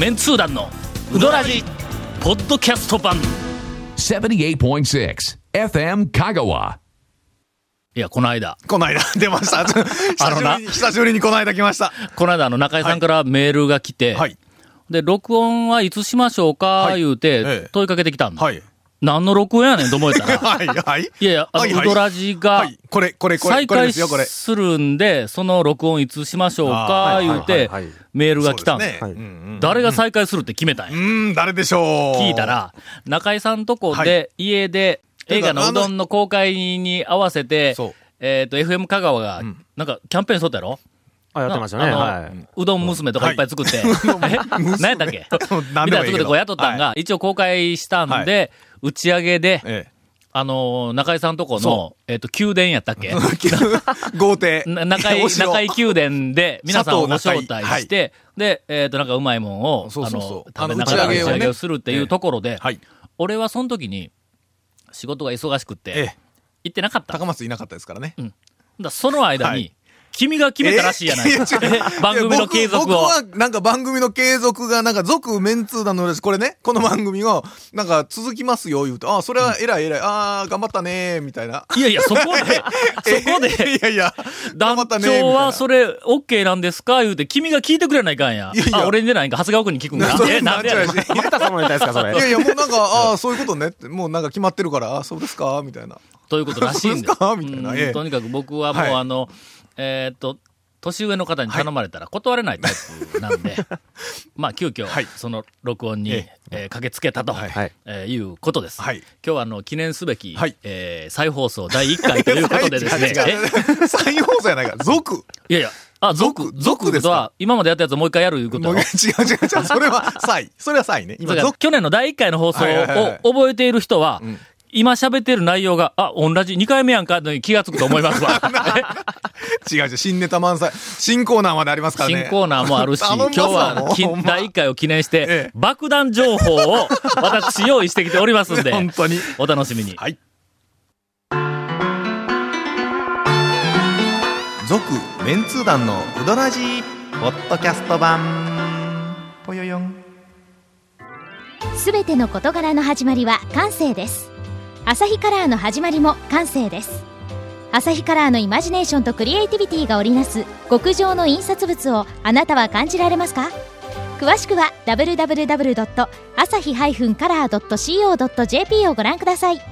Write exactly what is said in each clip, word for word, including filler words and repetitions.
メンツー団のウドラジポッドキャスト版ななじゅうはちてんろく エフエム 香川。 いや、この間。 この間、出ました。久しぶりに、久しぶりにこの間来ました。 この間、あの、中井さんからメールが来て、 はい。 で、録音はいつしましょうか、はい、言うて、ええ、問いかけてきたんだ。 はい。 何の録音やねんと思えたら。 はい、はい。 いやいや、あの、はいはい、ウドラジが、はい、 これ、これ、これ、 再開するんで、その録音いつしましょうか、言うて、メールが来たんだ。ね、誰が再開するって決めたんや。 うん、誰でしょう。 聞いたら、中井さんとこで、はい、家で、映画のうどんの公開に合わせて、えっと、エフエム 香川が、なんか、キャンペーンしとったやろ？ あ、やってましたね。はい。 うどん娘とかいっぱい作って、何やったっけみたいな作ってこう雇ったんが、一応公開したんで、打ち上げで、あの、中井さんとこの、えっと、宮殿やったっけ豪邸。 中井、中井宮殿で、皆さんをご招待して、で、えっと、なんかうまいもんを、あの、食べながら打ち上げをするっていうところで、俺はその時に、仕事が忙しくって、行ってなかった。 高松いなかったですからね。 うん。だその間に、君が決めたらしいやないか。番組の継続を。 僕は、なんか番組の継続が、なんか続メンツー団の、これね、この番組が、なんか続きますよ、言うと、ああ、それは偉い偉い、ああ、頑張ったねみたいな。 いやいや、そこで、そこで、 いやいや、 団長はそれ、オッケーなんですか言うて、君が聞いてくれないかんや。いやいやあ、俺んじゃないか、長谷川君に聞くんか。え、なんでやねん。 またそのネタですか、それ。 いやいや、もうなんか、ああ、そういうことねって、もうなんか決まってるから、ああ、そうですかみたいな。 ということらしいんです。 かみたいな、ええ。 とにかく僕はもう、はい、あの、えー、っと、年上の方に頼まれたら断れないタイプなんで、はい、まあ急遽、はい、その録音に、ええー、駆けつけたと、はいえー、いうことです。はい、今日はあの記念すべき、はいえー、再放送だいいっかいということでですね。 再放送やないか、続。 いやいや、あ、続、続ですか。今までやったやつをもう一回やるいうこと違う違う違う、それは再、それは再ね。 今去年のだいいっかいの放送を覚えている人は、うん今喋ってる内容が、あ、同じにかいめやんかに気がつくと思いますわ。 違う違う、新ネタ満載。新コーナーまでありますからね。 新コーナーもあるし、今日はだいいっかいを記念して、ええ、爆弾情報を私用意してきておりますんで、 本当に。 お楽しみに。 はい。続、メンツー団のうどらじポッドキャスト版。ぽよよん。 すべての事柄の始まりは感性です。アサヒカラーの始まりも感性です。アサヒカラーのイマジネーションとクリエイティビティが織りなす極上の印刷物をあなたは感じられますか？詳しくは ダブリューダブリューダブリュードットアサヒカラードットシーオードットジェーピー をご覧ください。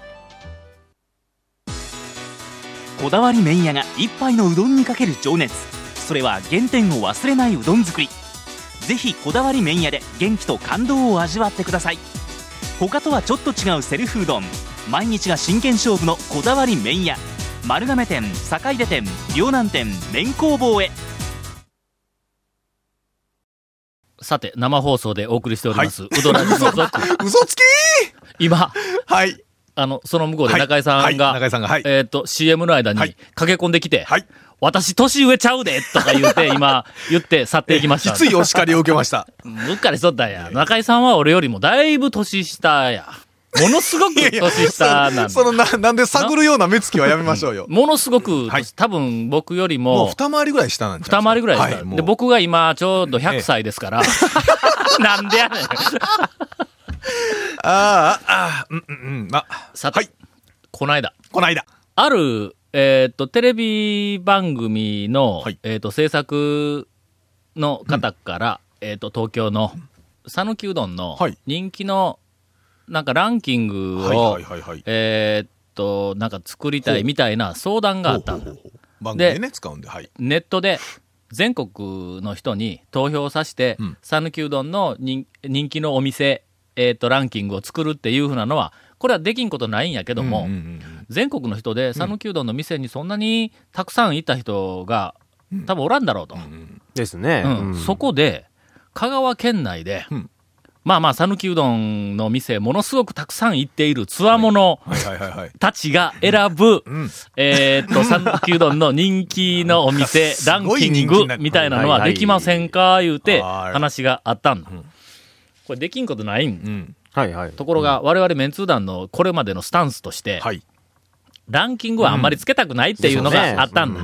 こだわり麺屋が一杯のうどんにかける情熱、それは原点を忘れないうどん作り。ぜひこだわり麺屋で元気と感動を味わってください。他とはちょっと違うセルフうどん、毎日が真剣勝負のこだわり麺屋、丸亀店、坂出店、両南店、麺工房へ。 さて生放送でお送りしております、はい、うどらじの続嘘つき今はいあのその向こうで中井さんが、はいはい、 中井さんが、はい、 えっ、ー、と シーエム の間に駆け込んできて、 はい、 私年上ちゃうでとか言うて今言って去っていきました。 きついお叱りを受けました。 うっかりしとったんや。中井さんは俺よりもだいぶ年下や。ものすごく年下なんだ。 そのな、なんで探るような目つきはやめましょうよ。 ものすごく、はい、多分僕よりも。 もう二回りぐらい下なんじゃないですか。 二回りぐらい下、はい。で、僕が今ちょうどひゃくさいですから。ええ、なんでやねん。ああ、ああ、うんうんうん。あ、 さて、はい、この間。 この間。 ある、えっ、ー、と、テレビ番組の、はい、えっ、ー、と、制作の方から、うん、えっ、ー、と、東京の、讃岐うどんの人気の、なんかランキングを、えっと、なんか作りたいみたいな相談があったんだ。 番組でね、使うんで、はい。 ネットで全国の人に投票させて、讃岐うどんの人気のお店、えっと、ランキングを作るっていうふうなのは、これはできんことないんやけども、うんうんうん、全国の人で讃岐うどんの店にそんなにたくさんいた人が多分おらんだろうと。うんうん、 ですね、 うんうん。そこで、香川県内で、うんまあまあ、讃岐うどんの店、ものすごくたくさん行っているつわものたちが選ぶ、えっと、讃岐うどんの人気のお店、ランキングみたいなのはできませんか言うて話があったんだ。これできんことないん。ところが、我々メンツー団のこれまでのスタンスとして、ランキングはあんまりつけたくないっていうのがあったんだ。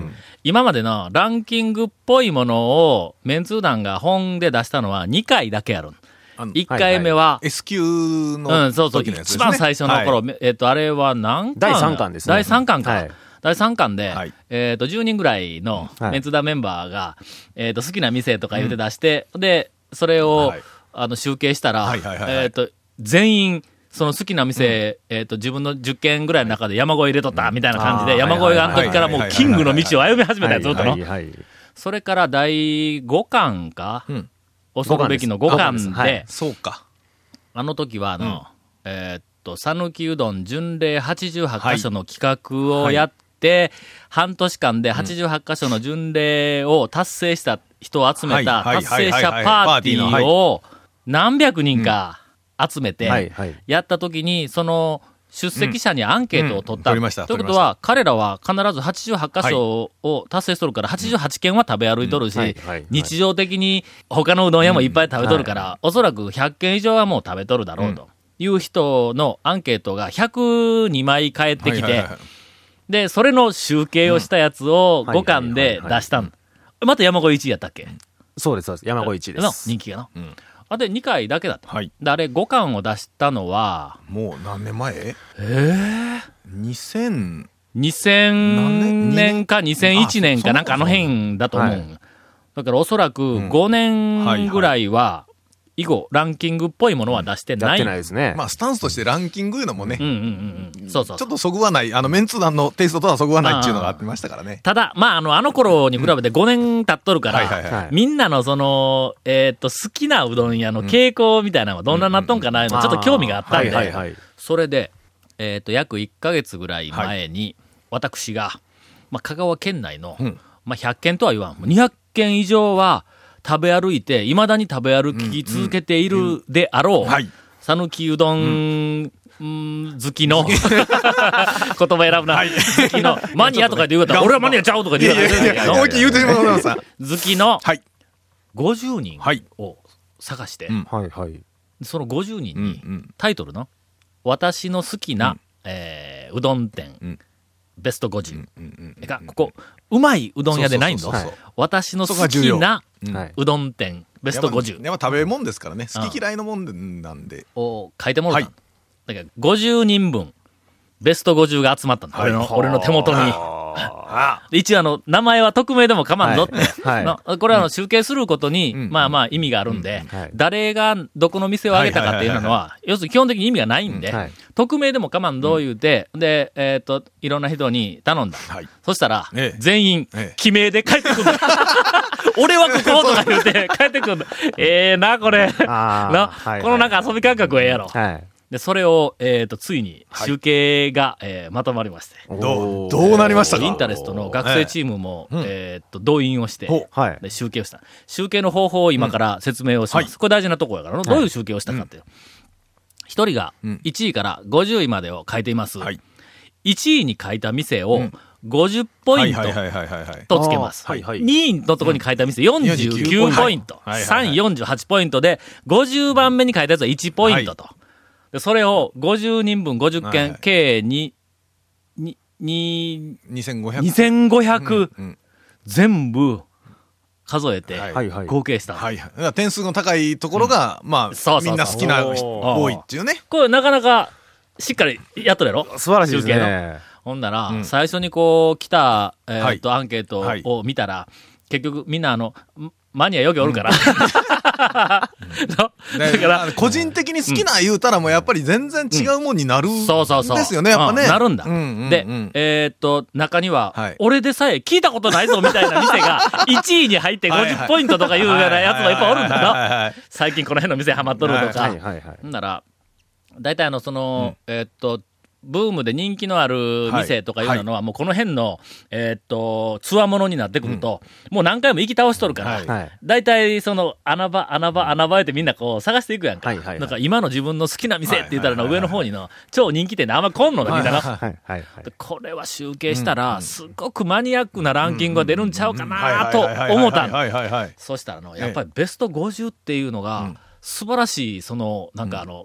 今までのランキングっぽいものをメンツー団が本で出したのはにかいだけある。いっかいめは、 エス 級のうん、そうそう、 時のやつですね。 一番最初の頃、 はいえっと、あれは何巻だいさんかんですね。 だいさんかんか。 はいだいさんかんで、 はいえっと、じゅうにんぐらいのはいメンツダメンバーが、えっと、好きな店とか言って出して、で、それを、 はいあの、集計したらはいはいはいはい、 えっと、全員、その好きな店、えっと、自分のじゅっけんぐらいの中で山越え入れとったみたいな感じで、 うん山越えがあの時からもうキングの道を歩み始めたやつずっとのはい。はいはいそれからだいごかんか、 うん恐るべきのごかんで、 はいそうか。 あの時はあの、えーっと、讃岐うどん巡礼はちじゅうはち箇所の企画をやって、半年間ではちじゅうはち箇所の巡礼を達成した人を集めたはいはい達成者はいはいはいパーティパーティーーを何百人か集めはいて、 はいやった時に、その、出席者にアンケートを取った。 うんうん取りましたということは、彼らは必ずはちじゅうはち箇所を達成しとるから、はちじゅうはちけんは食べ歩いとるし、 うんはいはいはい日常的に他のうどん屋もいっぱい食べとるから、おそらくひゃっけん以上はもう食べとるだろうという人のアンケートがひゃくにまい返ってきてはいはいはい、 で、それの集計をしたやつをごかんで出したん。また山越えいちいやったっけそうです、そうです。山越え一位でのす。 人気がの。 んあで、にかいだけだった。 はい。 で、あれごかんを出したのは、 もう何年前ええにせん、 にせんねんかにせんいちねんかなんかあの辺だと思う。 はいだからおそらくごねんぐらいは、以後、ランキングっぽいものは出してやってない。 ないですね。 まあスタンスとしてランキングいうのもね、 うんうんうんうん。そうそうそう。 ちょっとそぐわない、あのメンツ団のテイストとはそぐわないっていうのがあってましたからね。 ただ、まあ、あの、あの頃に比べてごねん経っとるから、 はいはいはいはいみんなのその、えーっと、好きなうどん屋の傾向みたいなのはどんなになっとんかないうのちょっと興味があったんで、 はいはいはい。 それで、えーっと、約いっかげつぐらい前に、私が、まあ、香川県内の、 うんまあ、ひゃっけんとは言わん、にひゃっけん以上は食べ歩いて、未だに食べ歩き続けているであろう、 はい。 讃岐うどん、うん好きの言葉選ぶな、好きのマニアとかで言うたら、俺はマニアちゃうとかいで言うたやいやいや、 ら、 思いっきり言うてしまうございます。 好きのはい。 ごじゅうにんはいを探して、 うんはいはい。 そのごじゅうにんにうんうんタイトルの私の好きな、えーうどん店、 うんベストごじゅう、 うんうんがここうまいうどん屋でないんだそうそうそうそう私の好そこが重要きなうんはい。 うどん店ベストごじゅうやっぱ食べ物ですからね。好き嫌いのもんなんで。 を書いてもらったの、 はいだからごじゅうにんぶんベストごじゅうが集まったの、 はい俺の俺の手元に。 あで一応あの、名前は匿名でも構わんぞって。 はいのこれはあの集計することに、 うんまあまあ意味があるんで、 うんはい誰がどこの店を挙げたかっていうのは、要するに基本的に意味がないんで、 うんはい匿名でも構わんぞ言うて、で、えっ、と、いろんな人に頼んだ。 はい。 そしたら、 ええ全員ええ、 記名で帰ってくるんだ。俺はこことか言うて帰ってくるんだ。ええな、これ。 あーな、 はいこのなんか遊び感覚はええやろ。 はい。 で、それを、えっ、と、ついに集計が、えーまとまりまして。 どう、どうなりましたかインタレストの学生チームも、 ええうんえっと、動員をして、 ほはい。 で集計をした。集計の方法を今から説明をします。 うんはいこれ大事なところやからの、どういう集計をしたかっていう。一、人がうんいちいからごじゅういまでを書いています。 はい。 いちいに書いた店をんごじゅっポイントはいはいはいはいはい。 とつけます。 あーはいはいにいのところに書いた店よんじゅうきゅうポイント。 はいはいはいさんいよんじゅうはちポイントで、ごじゅうばんめに書いたやつはいちポイントと。でそれをごじゅうにんぶんごじゅっけん、 はいはい計に、に、に、 にせんごひゃく。 にせんごひゃくうん全部数えてはいはいはい。 合計したの。 はいはい。だから点数の高いところが、まあ、 そうそうそうみんな好きな人おー多いっていうね。 これなかなかしっかりやっとるやろ素晴らしいです集計のね。 ほんなら、 うん最初にこう来た、えーっと、 はアンケートはいを見たら、結局みんなあの、んマニアよくおるから。のだから、 あの個人的に好きな言うたらもうやっぱり全然違うもんになるんそうそうそう。 ですよね、やっぱね。 うんなるんだ。 うんうんうんで、えーっと、中には、 はい俺でさえ聞いたことないぞみたいな店が、いちいに入ってごじゅっポイントとかいうようなやつもいっぱいおるんだな。 はいはいはいはい最近この辺の店ハマっとるとか。 はいはいはい。 ほんなら、大体あの、その、えーっと、ブームで人気のある店とかいうのは、もうこの辺の、えーっと、つわものになってくると、もう何回も行き倒しとるから、 はいはい。 大体その穴場、穴場、穴場ってみんなこう探していくやんか。 はいはいはいなんか今の自分の好きな店って言ったらのはいはいはい上の方にの超人気店であんま来んのだ、みんなな。 はいはいはい。 でこれは集計したら、すっごくマニアックなランキングが出るんちゃうかなはいとはいはいはい思ったの。 はいはいはい。 そしたらの、やっぱりベストごじゅうっていうのが、素晴らしい、その、なんかあの、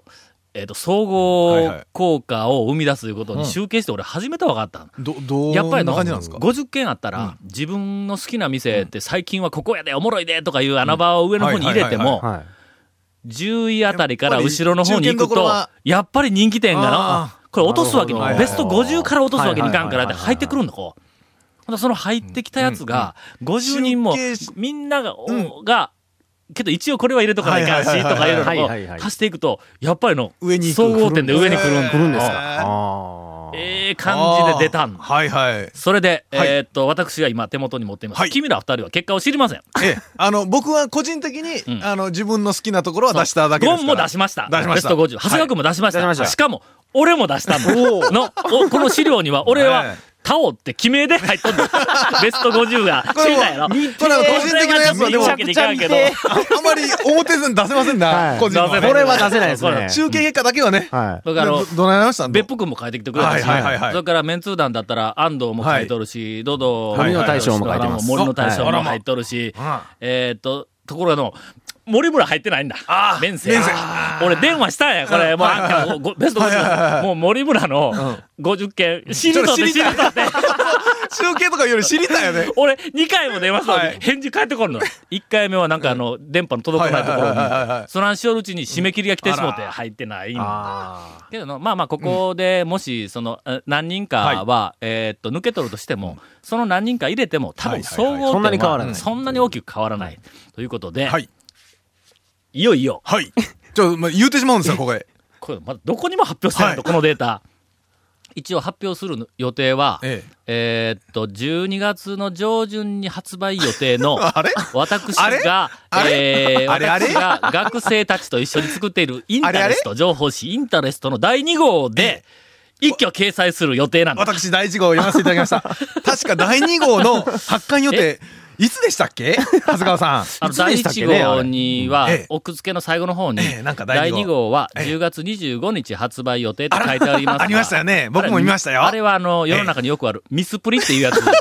えっ、ー、と、総合効果を生み出すということに集計して俺初めて分かった。 ど、どうやっぱりの感じなんですか？ ごじゅっけんあったら、うん、自分の好きな店って最近はここやでおもろいでとかいう穴場を上の方に入れても、じゅういあたりから後ろの方に行くと、やっぱり人気店がな、これ落とすわけに、ベストごじゅうから落とすわけにいかんからって入ってくるんだ、こう。その入ってきたやつが、ごじゅうにんも、みんなが、が、けど一応これは入れとかないかんし、とかいうのを足していくと、やっぱりの、総合点で上に来るんですか。ええ感じで出たん。 はいはい。 それで、えっと、私が今手元に持っています。君ら二人は結果を知りません。 ええ。あの、僕は個人的に、あの、自分の好きなところは出しただけですから。 ゴンも出しました。 出しました。 ベストごじゅう。長谷川君も出しました。しかも、俺も出したんだ。の、この資料には、俺は、タオって記名で入っとんだ。ベストごじゅうが。知りたいやろ。 これは個人的なやつはでも、あんまり表に出せませんな。個人は。 これは出せないですね。 集計結果だけはね。 はい。だから、 どないましたん別府君も書いてきてくれたし、それからメンツー団だったら安藤も書いとるし、ドド、 森の大将も書いてます。 森の大将も入っとるし、えっと、ところがの、森村入ってないんだ。面接。俺電話したんや、これ。もう、ベストごじゅう。もう森村のごじゅっけん、知りとって知りとって。 集計とかより知りたいよね。 俺、にかいも電話したのに、返事返ってこるの。いっかいめはなんかあの、電波の届かないところに、そらんしおるうちに締め切りが来てしもって入ってないんだ。けどの、まあまあ、ここでもし、その、何人かは、えっと、抜け取るとしても、その何人か入れても、多分総合点はそんなに大きく変わらない。ということで、はい。いよいよ。 はい。ちょ、まあ、言うてしまうんですよ、ここで。 これ、まだどこにも発表してないと、このデータ。一応発表する予定は、えええー、っと、じゅうにがつの上旬に発売予定の、私が、えー、私が学生たちと一緒に作っているインタレスト、情報誌インタレストのだいに号で、一挙掲載する予定なんだ。 私、だいいち号を読ませていただきました。確かだいに号の発刊予定、いつでしたっけ長谷川さん。 あの、だいいち号には、奥付けの最後の方に、だいに号はじゅうがつにじゅうごにち発売予定って書いてありますが。 ありましたよね。僕も見ましたよ。 あれはあの、世の中によくある、ミスプリっていうやつ。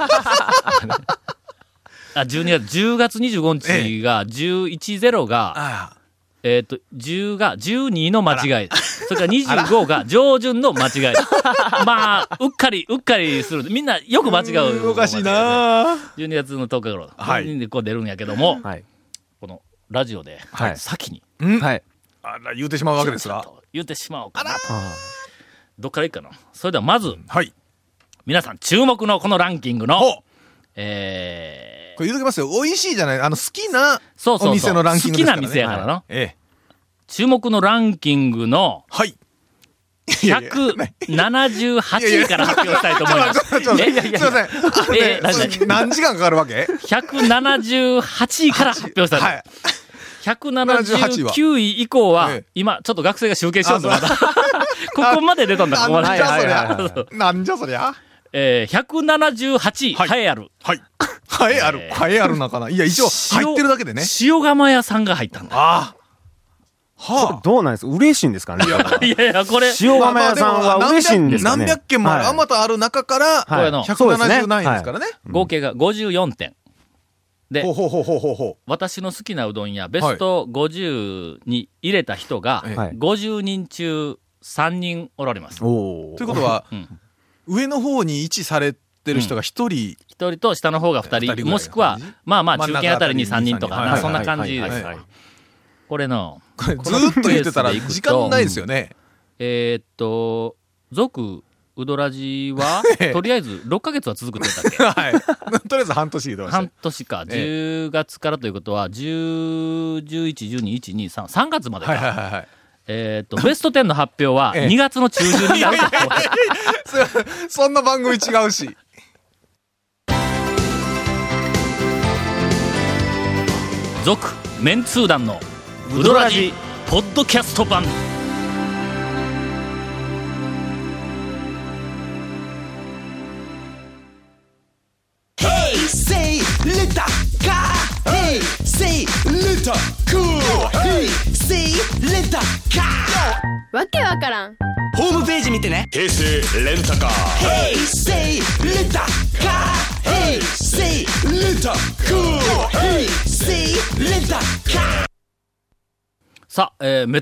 あ、じゅうにがつ、じゅうがつにじゅうごにちが、じゅういちゼロが、えっと、じゅうが、じゅうにの間違い。それからにじゅうごが上旬の間違い。まあ、うっかり、うっかりする。みんなよく間違う。 おかしいなじゅうにがつのとおか頃。はい。でこう出るんやけども、はい、このラジオで、はい、先に。 はい。あら、言うてしまうわけですが。 言うてしまおうかな。どっからいいかな。それではまず、はい。皆さん注目のこのランキングの、えー、 これ言うときますよ。美味しいじゃない。あの、好きなお店のランキングですからね。 好きな店やからな。 ええ。 注目のランキングの、はい。ひゃくななじゅうはちいから発表したいと思います。 すいません。えー、何時間かかるわけ ? ひゃくななじゅうはちいから発表したい。はい。ひゃくななじゅうきゅうい以降は、今、ちょっと学生が集計しようと思った。ここまで出たんだ、ここまで。 なんじゃそりゃ。なんじゃそりゃ。 えー、ひゃくななじゅうはちい、栄えある。 はい。栄えある。栄えあるのかな。いや、一応、入ってるだけでね。 塩釜屋さんが入ったんだ。 ああ。はあ。どうなんですか嬉しいんですかね。 いやいや、これ。 塩釜屋さんは嬉しいんですかね。 何百件もあまたある中から、これの、ひゃくななじゅうないですからね。 合計がごじゅうよんてん。で、 ほうほうほうほうほうほう。 私の好きなうどんやベストごじゅうに入れた人が、ごじゅうにん中さんにんおられます。 おということは、上の方に位置されてる人がひとり。 ひとりと下の方がふたり、もしくは、まあまあ中堅あたりにさんにんとか、そんな感じです。これの、 これずーっと言ってたら時間ないですよね。 えっと、続、うどらじは、とりあえずろっかげつは続くって言ったっけはい。とりあえず半年言うてました。 半年か。じゅうがつからということは、じゅう、じゅういち、じゅうに、いち、に、さん、さんがつまでか。 はいはいはい。 えっと、ベストじゅうの発表はにがつの中旬になると。 そんな番組違うし。 続、メンツー団のうどらじポッドキャスト版。 Say little car, hey, say little cool, hey, say little car. わけわからん。 ホームページ見てね。平成レンタカー。Hey, say little car, hey, say little cool, hey, say little car. さあ、えー、めため、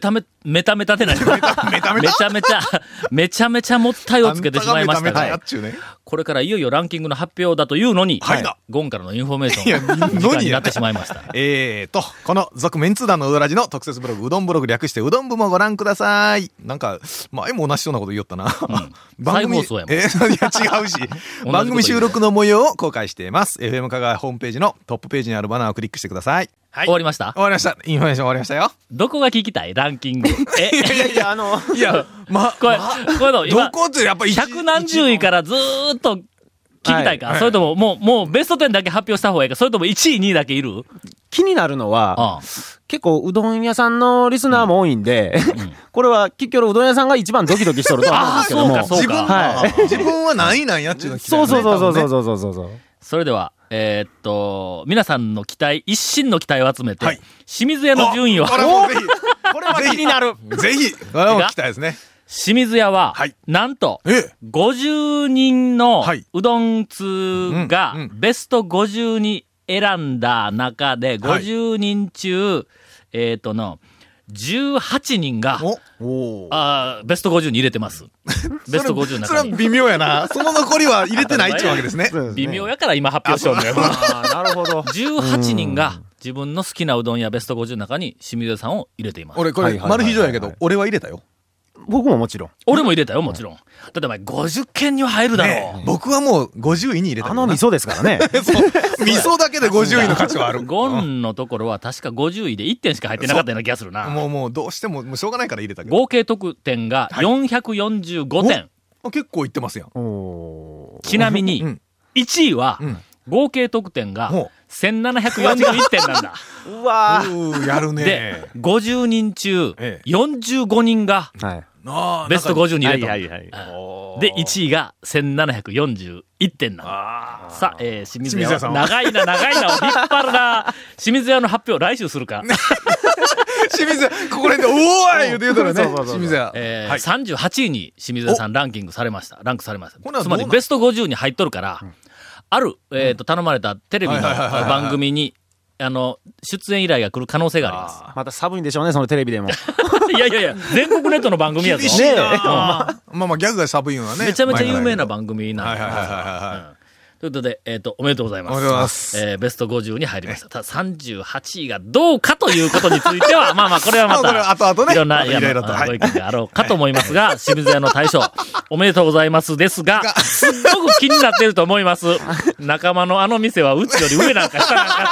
メタメタでなりました。 メタメタめちゃめちゃ、めちゃめちゃもったいをつけてしまいましたが、 あんたがメタメタやっちゅうね。 これからいよいよランキングの発表だというのに、 はいゴンからのインフォメーションいやが時間になってしまいました。 えーと、この続メンツー団のうどらじの特設ブログ、うどんブログ略してうどん部もご覧ください。なんか、前も同じようなこと言おったな。番組、 再放送やもんえー、いや違うし、番組収録の模様を公開しています。エフエム 香川ホームページのトップページにあるバナーをクリックしてください。はい。 終わりました？ 終わりました。インフォメーション終わりましたよ。 どこが聞きたいランキング。え、 いやいや、あの、 いや、ま、 これ、これの今、 どこってやっぱ百何十位からずーっと聞きたいか、 はいそれとも、もう、もうベストテンだけ発表した方がいいか、それともいちい、にいだけいる？ 気になるのは、 ああ結構うどん屋さんのリスナーも多いんで、これは結局うどん屋さんが一番ドキドキしとると思うんですけども。 ああそうかそうか自分、 はい自分は何位なんやっちゅうの聞きたいそうよねそうそうそう多分ねそうそうそうそう。 それでは、えーっと、皆さんの期待、一心の期待を集めて、 はい清水屋の順位を、 これもぜひ、 これは気になる。 ぜひ、これも聞きたいですね。 清水屋は、 はいなんと、 ええ。 ごじゅうにんのはいうどん通がうんうんベストごじゅうに選んだ中で、ごじゅうにん中、えーっとの、じゅうはちにんが、 おあーベストごじゅうに入れてます。ベストごじゅうの中に。 それは微妙やな。その残りは入れてないっていうわけですね。 微妙やから今発表しようね。 ああ、なるほど。 じゅうはちにんが自分の好きなうどんやベストごじゅうの中に清水屋さんを入れています。 俺、これ、 はいはいはいはいマル秘上やけど、俺は入れたよ。 僕ももちろん。 俺も入れたよ、もちろん。だってお前ごじゅっけんには入るだろう。 ね僕はもうごじゅういに入れたあの味噌ですからね。 噌。味噌だけでごじゅういの価値はある。 ゴンのところは確かごじゅういでいってんしか入ってなかったような気がするな。 もう、もう、どうしても、もうしょうがないから入れたけど。 合計得点がよんひゃくよんじゅうごてん。 お結構いってますやん。 おーちなみにうん、 いちいはうん合計得点がほせんななひゃくよんじゅういってんなんだ。 うわー。 うーやるね。 で、ごじゅうにん中ええよんじゅうごにんがはい。 なあベストごじゅうに入れた。 はいはいはいうんで、いちいがせんななひゃくよんじゅういってんなんだ。さあ、えー、清水屋は清水屋さんは長いな、長いなを引っ張るな。清水屋の発表、来週するか。 清水屋、ここら辺で、おーい言うて言うたらね。 そうそうそうそう清水屋。 えーはいさんじゅうはちいに清水屋さんランキングされました。ランクされました。 これはどうなんつまりベストごじゅうに入っとるから、ある、えっと、頼まれたテレビのはいはいはいはいはい番組に、あの、出演依頼が来る可能性があります。 また寒いんでしょうね、そのテレビでも。 いやいやいや、全国ネットの番組やぞ。 厳しいなあまあまあ、ギャグが寒いのはね。 めちゃめちゃ有名な番組なんではいはいはいはいはいうんということで、えっ、と、おめでとうございます。 おめでとうございますえーベストごじゅうに入りました。たださんじゅうはちいがどうかということについては、まあまあ、これはままあこれはた、 後々ねいろんな、 いろいろとあのはいご意見があろうかと思いますが、清水屋の大将、おめでとうございますですが、すっごく気になっていると思います。仲間のあの店はうちより上なんか下なんか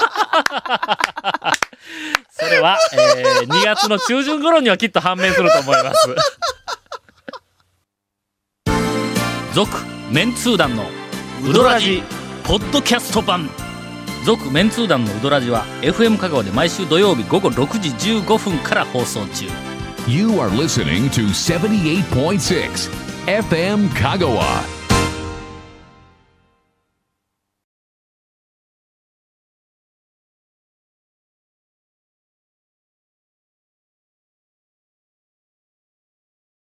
って。それは、えー、にがつの中旬頃にはきっと判明すると思います。続、メンツー団のウドラジポッドキャスト版。続メンツー団のウドラジは エフエム 香川で毎週土曜日午後ろくじじゅうごふんから放送中。 You are listening to seventy-eight point six エフエム 香川。